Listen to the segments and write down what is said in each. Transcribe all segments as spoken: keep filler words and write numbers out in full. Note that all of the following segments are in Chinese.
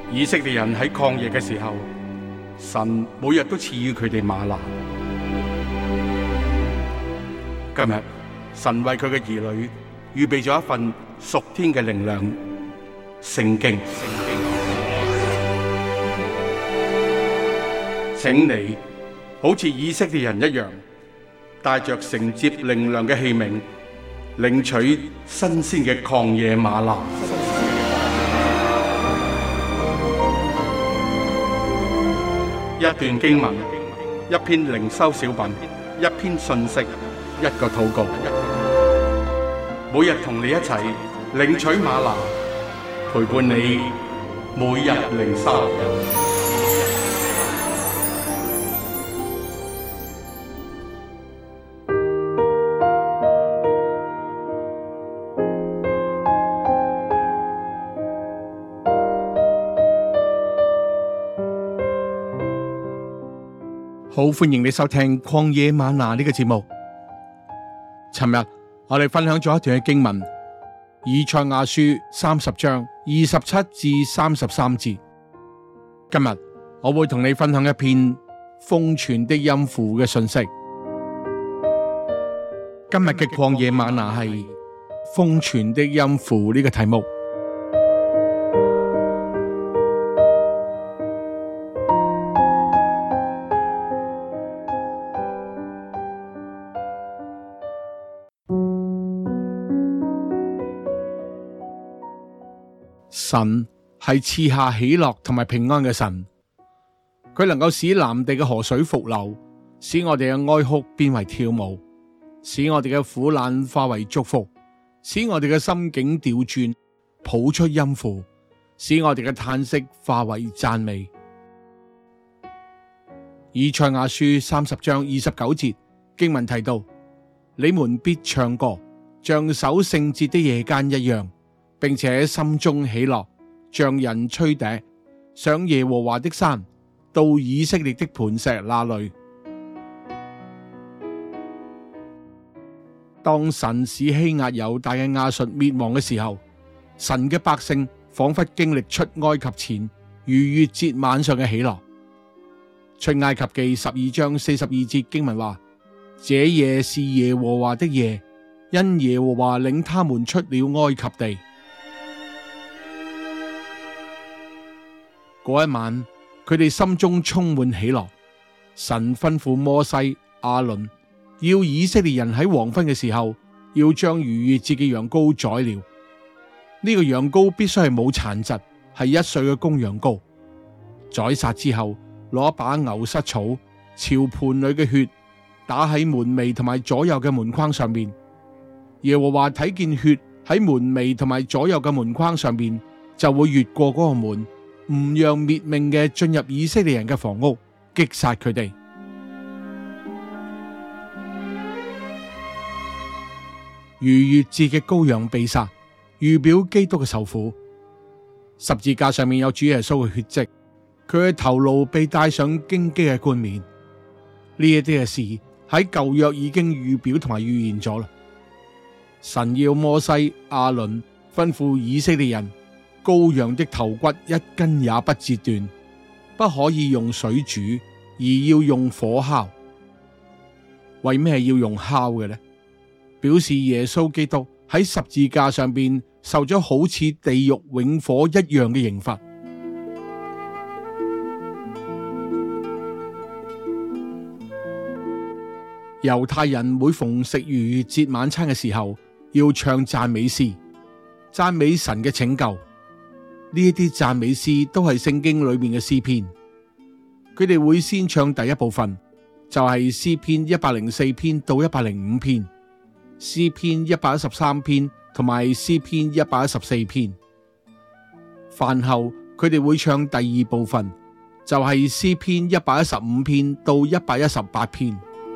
以色列人喺曠野嘅時候，神每日都賜予佢哋嗎哪。今日神為佢嘅兒女預備咗一份屬天嘅靈糧——聖經。請你好似以色列人一樣，帶着承接靈糧嘅器皿，領取新鮮嘅曠野嗎哪。一段經文，一篇靈修小品，一篇信息，一個禱告。每日同你一齊領取嗎哪，陪伴你每日靈修。好，歡迎你收聽曠野嗎哪呢個節目。尋日我哋分享咗一段嘅經文，以賽亞書三十章二十七至三十三節。今日我會同你分享一篇封存的音符嘅信息。今日嘅曠野嗎哪係封存的音符呢個題目。神係賜下喜樂同埋平安嘅神，佢能夠使南地嘅河水復流，使我哋嘅哀哭變為跳舞，使我哋嘅苦難化為祝福，使我哋嘅心境調轉，譜出音符，使我哋嘅嘆息化為讚美。以賽亞書三十章二十九節經文提到：你們必唱歌，像守聖節的夜間一樣，並且心中喜樂，像人吹笛，上耶和華的山，到以色列的磐石那裏。當神使欺壓猶大嘅亞述滅亡嘅時候，神嘅百姓仿佛經歷出埃及前逾越節晚上嘅喜樂。出埃及記十二章四十二節經文話：這夜是耶和華的夜，因耶和華領他們出了埃及地。嗰一晚，佢哋心中充滿喜樂。神吩咐摩西、亞倫，要以色列人喺黃昏嘅時候，要將逾越節嘅羊羔宰了。呢個羊羔必須係冇殘疾，係一歲嘅公羊羔。宰殺之後，攞一把牛膝草，朝盤裏嘅血打喺門楣同埋左右嘅門框上面。耶和華睇見血喺門楣同埋左右嘅門框上面，就會越過嗰個門，唔讓滅命嘅進入以色列人嘅房屋，擊殺佢哋。逾越節嘅羔羊被殺，預表基督嘅受苦。十字架上面有主耶穌嘅血跡，佢嘅頭顱被戴上荊棘嘅冠冕。呢一啲嘅事喺舊約已經預表同埋預言咗啦。神要摩西、亞倫吩咐以色列人，羔羊的頭骨一根也不折斷，不可以用水煮，而要用火烤。為咩要用烤嘅呢？表示耶穌基督喺十字架上邊受咗好似地獄永火一樣嘅刑罰。猶太人每逢食逾越節晚餐嘅時候，要唱讚美詩，讚美神嘅拯救。呢一啲讚美詩都係聖經裏面嘅詩篇，佢哋會先唱第一部分，就係詩篇一百零四篇到一百零五篇，詩篇一百一十三篇同埋詩篇一百一十四篇。飯後佢哋會唱第二部分，就係詩篇一百一十五篇到一百一十八篇。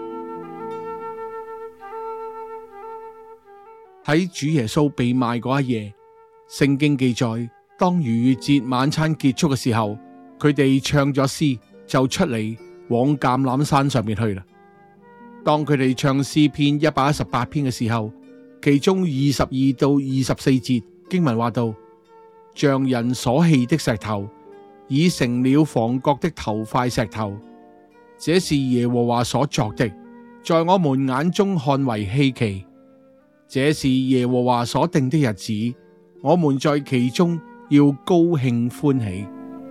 喺主耶穌被賣嗰一夜，聖經記載，當逾越節晚餐結束嘅時候，佢哋唱咗詩就出嚟往橄欖山上面去啦。當佢哋唱詩篇一百一十八篇嘅時候，其中二十二到二十四節經文話到：像人所棄的石頭， 已成了房角的頭塊石頭。這是耶和華所作的，在我們眼中看為稀奇。這是耶和華所定的日子，我們在其中要高興歡喜。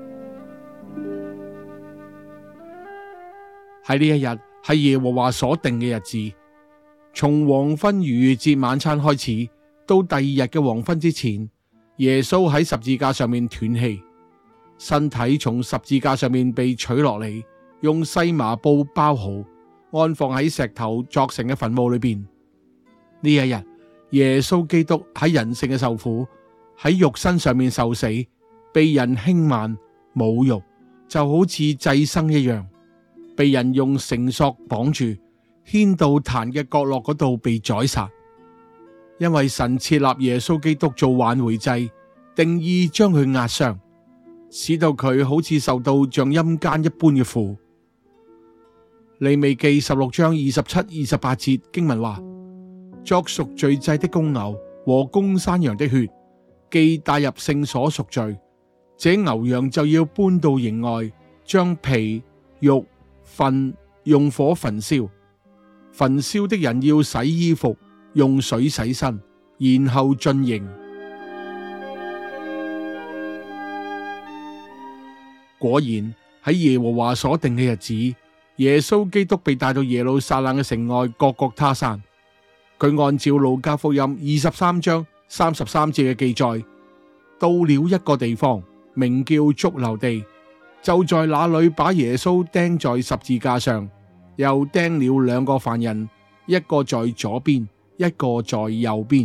喺呢一日係耶和華所定嘅日子，從黃昏逾越節晚餐開始，到第二日嘅黃昏之前，耶穌喺十字架上面斷氣，身體從十字架上面被取落嚟，用細麻布包好，安放喺石頭鑿成嘅墳墓裏邊。呢一日，耶穌基督喺人性嘅受苦，喺肉身上面受死，被人輕慢侮辱，就好似祭牲一樣，被人用繩索綁住，牽到壇嘅角落嗰度被宰殺。因為神設立耶穌基督做挽回祭，定意將佢壓傷，使到佢好似受到像陰間一般嘅苦。利未記十六章二十七、二十八節經文話：作贖罪祭的公牛和公山羊的血，既帶入聖所贖罪，這牛羊就要搬到營外，將皮、肉、糞用火焚燒。焚燒的人要洗衣服，用水洗身，然後進營。果然喺耶和華所定嘅日子，耶穌基督被帶到耶路撒冷嘅城外各各他山。佢按照路加福音二十三章三十三節嘅記載，到了一個地方，名叫髑髏地，就在那裏把耶穌釘在十字架上，又釘了兩個犯人，一個在左邊，一個在右邊。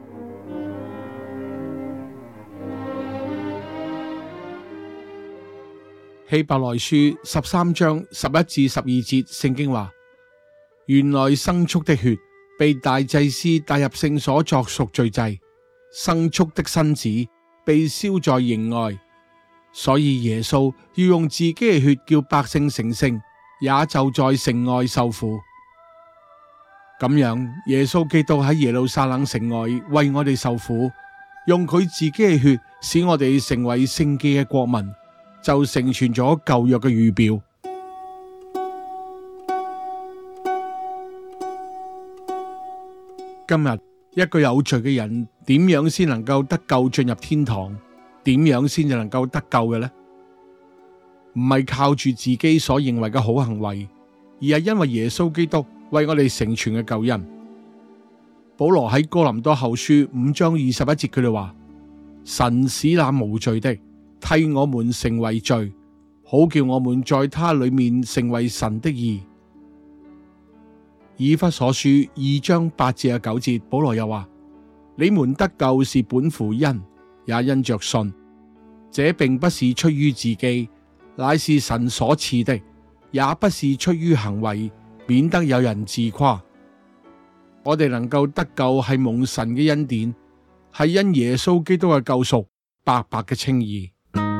希伯來書十三章十一至十二節聖經話：原來牲畜的血被大祭司帶入聖所作贖罪祭，牲畜的身子被燒在營外，所以耶穌要用自己嘅血叫百姓成聖，也就在城外受苦。咁樣，耶穌基督喺耶路撒冷城外為我哋受苦，用佢自己嘅血使我哋成為聖潔嘅國民，就成全咗舊約嘅預表。今日一個有罪嘅人點樣先能夠得救進入天堂？點樣先至能夠得救嘅呢？唔係靠住自己所認為嘅好行為，而係因為耶穌基督為我哋成全嘅救恩。保羅喺哥林多後書五章二十一節佢哋話：神使那無罪的替我們成為罪，好叫我們在他裏面成為神的義。以弗所書二章八至九節，保羅又話：你們得救是本乎恩，也因着信。這並不是出於自己，乃是神所賜的，也不是出於行為，免得有人自誇。我哋能夠得救係蒙神嘅恩典，係因耶穌基督嘅救贖，白白嘅稱義。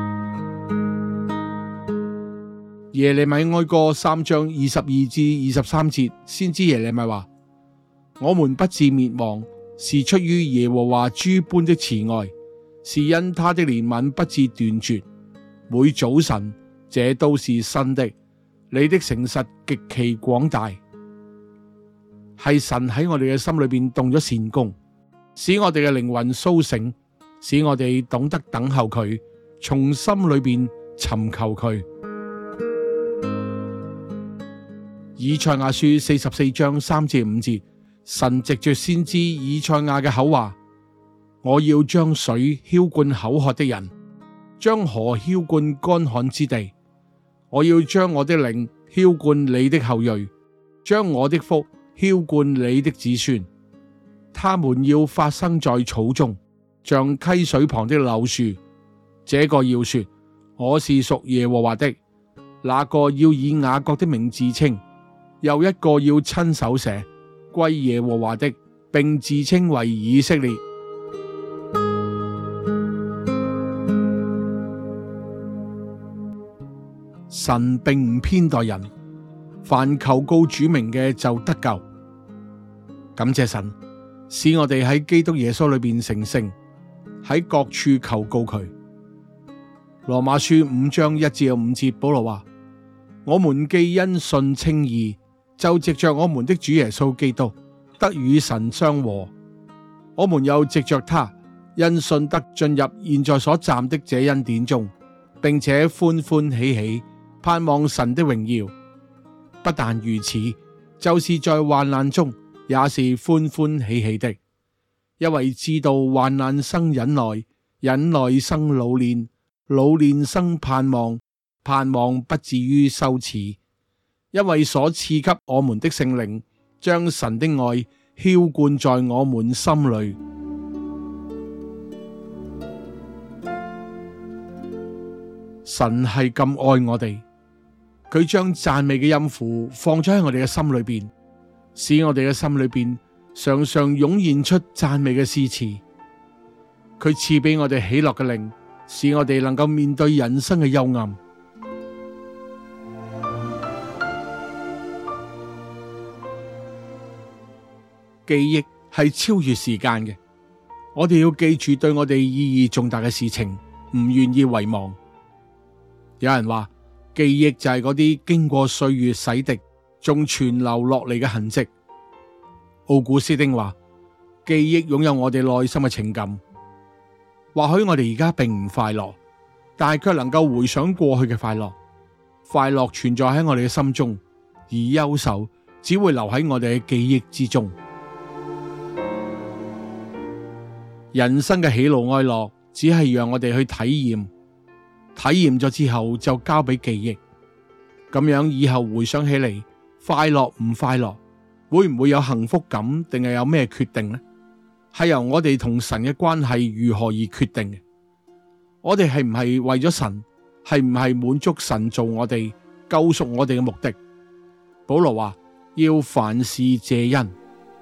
耶利米哀歌三章二十二至二十三節，先知耶利米話：我們不致滅亡，是出於耶和華諸般的慈愛，是因他的憐憫不致斷絕。每早晨，這都是新的，你的誠實極其廣大。係神喺我哋嘅心裏邊動咗善工，使我哋嘅靈魂蘇醒，使我哋懂得等候佢，從心裏邊尋求佢。以賽亞書四十四章三至五節，神藉着先知以賽亞嘅口話：我要將水澆灌口渴的人，將河澆灌乾旱之地。我要將我的靈澆灌你的後裔，將我的福澆灌你的子孫。他們要發生在草中，像溪水旁的柳樹。這個要說：我是屬耶和華的；那個要以雅各的名自稱。又一個要親手寫歸耶和華的，並自稱為以色列。神並唔偏待人，凡求告主名嘅就得救。感謝神，使我哋喺基督耶穌裏邊成聖，喺各處求告佢。 羅馬書五章一至五節，保羅話：我們既因信稱義，就藉着我們的主耶穌基督得與神相和。我們又藉着他，因信得進入現在所站的這恩典中，並且歡歡喜喜盼望神的榮耀。不但如此，就是在患難中也是歡歡喜喜的，因為知道患難生忍耐，忍耐生老練，老練生盼望，盼望不至於羞恥。因為所賜給我們的聖靈，將神的愛澆灌在我們心裏。神係咁愛我哋，佢將讚美嘅音符放咗喺我哋嘅心裏邊，使我哋嘅心裏邊常常湧現出讚美嘅詩詞。佢賜俾我哋喜樂嘅靈，使我哋能夠面對人生嘅幽暗。記憶係超越時間嘅，我哋要記住對我哋意義重大嘅事情，唔願意遺忘。有人話記憶就係嗰啲經過歲月洗滌，仲存留落嚟嘅痕跡。奧古斯丁話，記憶擁有我哋內心嘅情感。或許我哋而家並唔快樂，但係卻能夠回想過去嘅快樂。快樂存在喺我哋嘅心中，而憂愁只會留喺我哋嘅記憶之中。人生嘅喜怒哀樂，只係讓我哋去體驗。體驗咗之後就交俾記憶，咁樣以後回想起嚟，快樂唔快樂，會唔會有幸福感，定係有咩決定呢？係由我哋同神嘅關係如何而決定嘅。我哋係唔係為咗神，係唔係滿足神做我哋救贖我哋嘅目的？保羅話要凡事謝恩。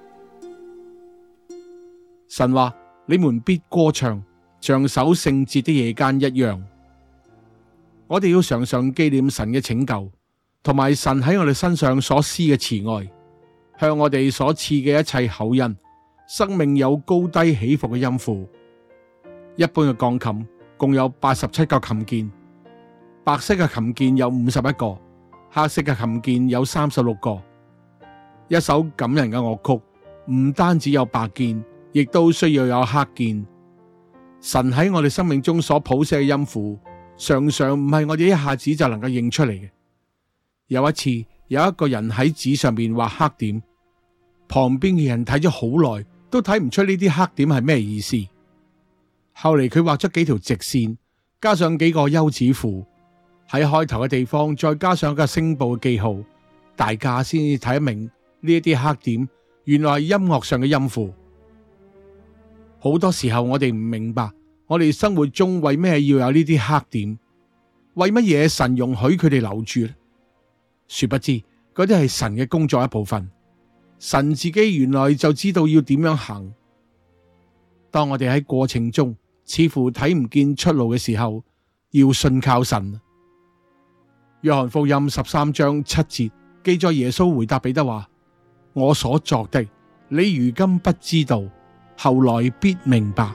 神話你們必歌唱，像守聖節的夜間一樣。我哋要常常紀念神嘅拯救，同埋神喺我哋身上所施嘅慈愛，向我哋所賜嘅一切厚恩。生命有高低起伏嘅音符。一般嘅鋼琴共有八十七個琴鍵，白色嘅琴鍵有五十一個，黑色嘅琴鍵有三十六個。一首感人嘅樂曲唔單止有白鍵，亦都需要有黑鍵。神喺我哋生命中所譜寫嘅音符，常常唔係我哋一下子就能夠認出嚟嘅。有一次，有一個人喺紙上面畫黑點，旁邊嘅人睇咗好耐，都睇唔出呢啲黑點係咩意思。後嚟佢畫咗幾條直線，加上幾個休止符，喺開頭嘅地方再加上一個聲部嘅記號，大家先至睇得明呢一啲黑點原來係音樂上嘅音符。好多時候我哋唔明白，我哋生活中為咩要有呢啲黑點？為乜嘢神容許佢哋留住呢？殊不知嗰啲係神嘅工作一部分。神自己原來就知道要點樣行。當我哋喺過程中似乎睇唔見出路嘅時候，要信靠神。約翰福音十三章七節記載耶穌回答彼得話：我所作的，你如今不知道，後來必明白。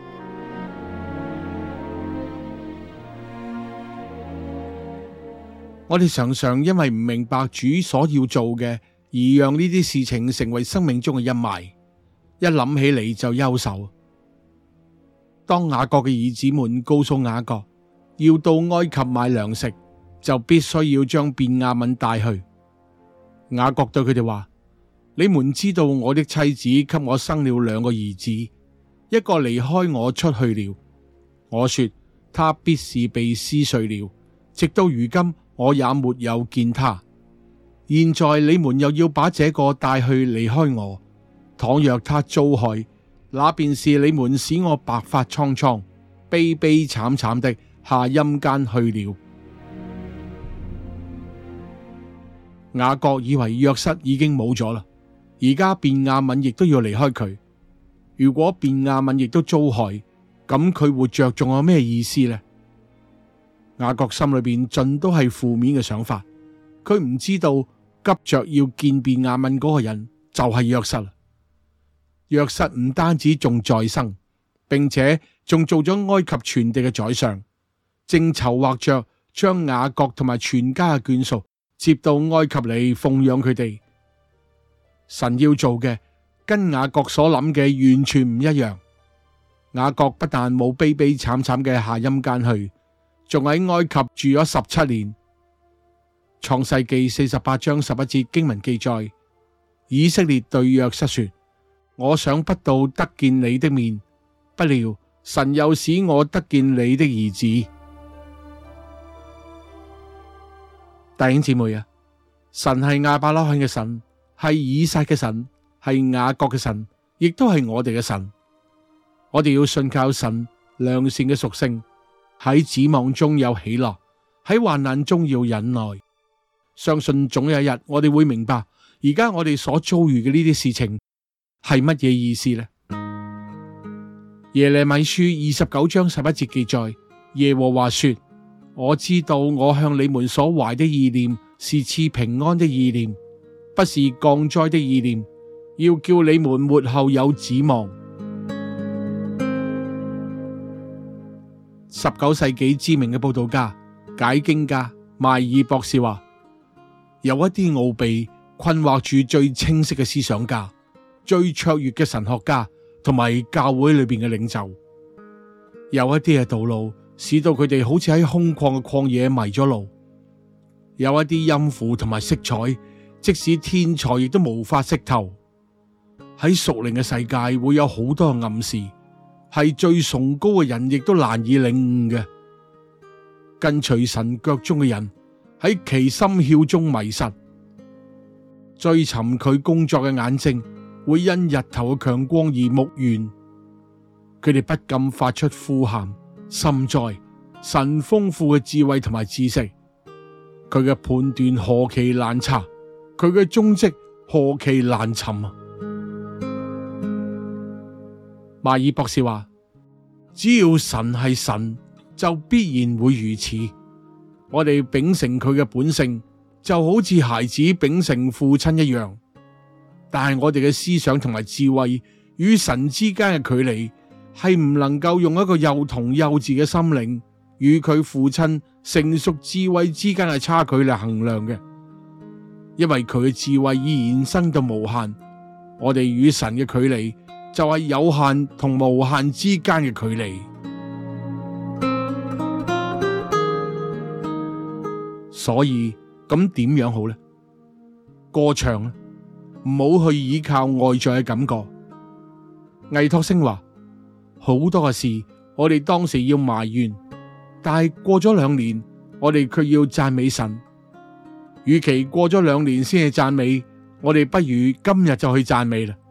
我哋常常因為唔明白主所要做嘅，而讓呢啲事情成為生命中嘅陰霾，一諗起嚟就憂愁。當雅各嘅兒子們告訴雅各要到埃及買糧食，就必須要將便雅憫帶去。雅各對佢哋話：你們知道我的妻子給我生了兩個兒子，一個離開我出去了，我說他必是被撕碎了，直到如今我也沒有見他。現在你們又要把這個帶去離開我，倘若他遭害，那便是你們使我白髮蒼蒼、悲悲慘慘的下陰間去了。雅各以為約瑟已經冇咗啦，而家便雅憫亦都要離開佢。如果便雅憫亦都遭害，咁佢活着仲有咩意思呢？雅各心裏邊盡都係負面嘅想法，佢唔知道急着要見便雅憫嗰個人就係約瑟。約瑟唔單止仲在生，並且仲做咗埃及全地嘅宰相， 正籌劃着將雅各同埋全家嘅眷屬接到埃及嚟奉養佢哋。神要做嘅跟雅各所諗嘅完全唔一樣。雅各不但冇悲悲慘慘嘅下陰間去，仲喺埃及住咗十七年。創世記四十八章十一節經文記載，以色列對約瑟說：我想不到得見你的面，不料神又使我得見你的兒子。弟兄姊妹啊，神係亞伯拉罕嘅神，係以撒嘅神，係雅各嘅神，亦都係我哋嘅神。我哋要信靠神良善嘅屬性，喺指望中有喜樂，喺患難中要忍耐。相信總有一日我哋會明白，而家我哋所遭遇嘅呢啲事情係乜嘢意思呢？耶利米書二十九章十一節記載，耶和華說：我知道我向你們所懷的意念是賜平安的意念，不是降災的意念，要叫你們末後有指望。十九世紀知名嘅佈道家、解經家邁爾博士話：有一啲奧秘困惑住最清晰嘅思想家、最卓越嘅神學家同埋教會裏邊嘅領袖，有一啲嘅道路使到佢哋好似喺空曠嘅曠野迷咗路，有一啲音符同埋色彩，即使天才亦都無法識透。喺屬靈嘅世界會有好多嘅暗示，係最崇高嘅人亦都難以領悟嘅。跟隨神腳蹤嘅人喺其心竅中迷失，追尋佢工作嘅眼睛會因日頭嘅強光而目眩，佢哋不禁發出呼喊：深哉，神豐富嘅智慧同埋知識，佢嘅判斷何其難測，佢嘅蹤跡何其難尋啊！邁爾博士話：只要神係神，就必然會如此。我哋秉承佢嘅本性，就好似孩子秉承父親一樣。但係我哋嘅思想同埋智慧與神之間嘅距離，係唔能夠用一個幼童幼稚嘅心靈與佢父親成熟智慧之間嘅差距嚟衡量嘅。因為佢嘅智慧已延伸到無限，我哋與神嘅距離就係有限同無限之間嘅距離。所以咁點樣好呢？歌唱啦，唔好去依靠外在嘅感覺。魏托星話：好多嘅事我哋當時要埋怨，但係過咗兩年，我哋卻要讚美神。與其過咗兩年先去讚美，我哋不如今日就去讚美啦。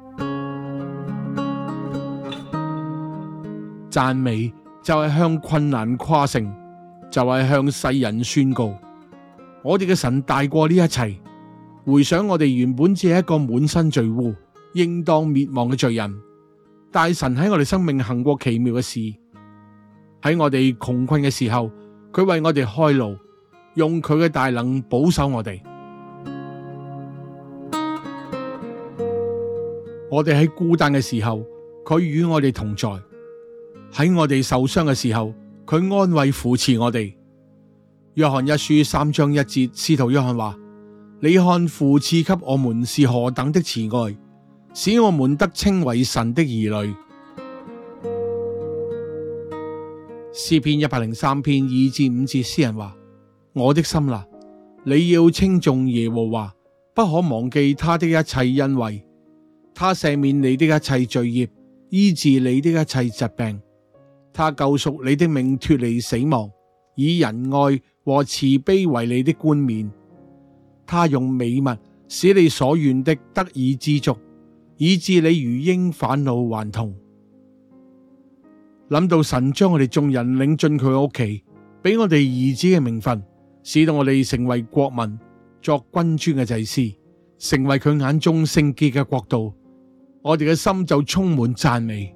讚美就係向困難誇勝，就係向世人宣告，我哋嘅神大過呢一切。回想我哋原本只係一個滿身罪污、應當滅亡嘅罪人，但神喺我哋生命行過奇妙嘅事。喺我哋窮困嘅時候，佢為我哋開路，用佢嘅大能保守我哋。我哋喺孤單嘅時候，佢與我哋同在；喺我哋受傷嘅時候，佢安慰扶持我哋。約翰一書三章一節，使徒約翰話：你看父賜給我們是何等的慈愛，使我們得稱為神的兒女。詩篇一百零三篇二至五節，詩人話：我的心啊，你要稱頌耶和華，不可忘記他的一切恩惠。他赦免你的一切罪孽，醫治你的一切疾病。他救贖你的命脫離死亡，以仁愛和慈悲為你的冠冕。他用美物使你所願的得以知足，以致你如鷹返老還童。諗到神將我哋眾人領進佢嘅屋企，俾我哋兒子嘅名分，使到我哋成為國民，作君尊嘅祭司，成為佢眼中聖潔嘅國度，我哋嘅心就充滿讚美。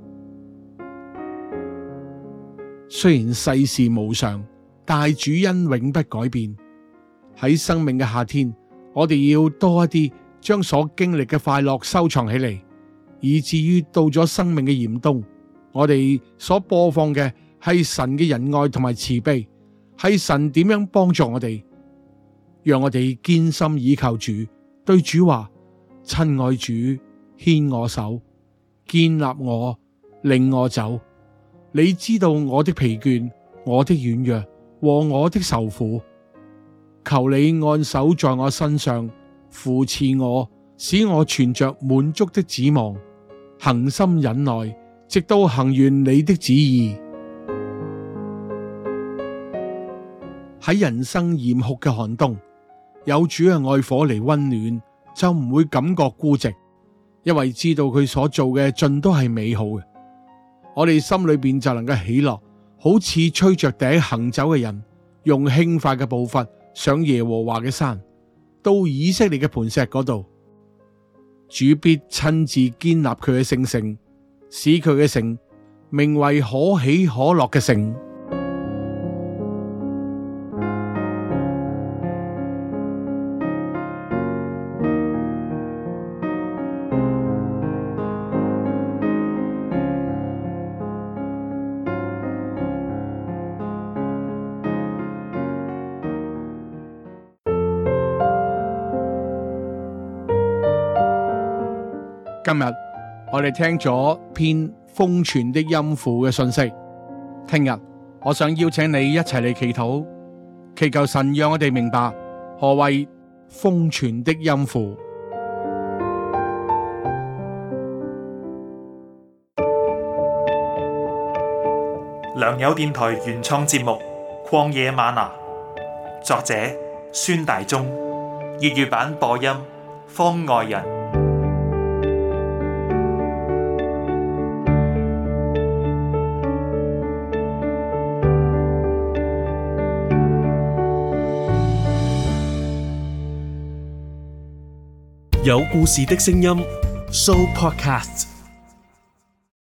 雖然世事無常，但係主恩永不改變。喺生命嘅夏天，我哋要多一啲將所經歷嘅快樂收藏起嚟，以至於到咗生命嘅嚴冬，我哋所播放嘅係神嘅仁愛同埋慈悲，係神點樣幫助我哋，讓我哋堅心倚靠主，對主話：親愛主，牽我手，建立我，領我走。你知道我的疲倦，我的軟弱和我的愁苦，求你按手在我身上，扶持我，使我存着滿足的指望，恒心忍耐，直到行完你的旨意。喺人生嚴酷嘅寒冬，有主嘅愛火嚟溫暖，就唔會感覺孤寂，因為知道佢所做嘅盡都係美好嘅。我哋心裏邊就能夠喜樂，好似吹着笛行走嘅人，用輕快嘅步伐上耶和華嘅山，到以色列嘅磐石嗰度。主必親自堅立佢嘅聖城，使佢嘅城名為可喜可樂嘅城。今日我哋聽咗篇封存的音符嘅信息，聽日我想邀請你一齊嚟祈禱，祈求神讓我哋明白何謂封存的音符。 良友電台原創節目《曠野嗎哪》，作者孫大中，粵語版播音方外人。 有故事的聲音 Show Podcast。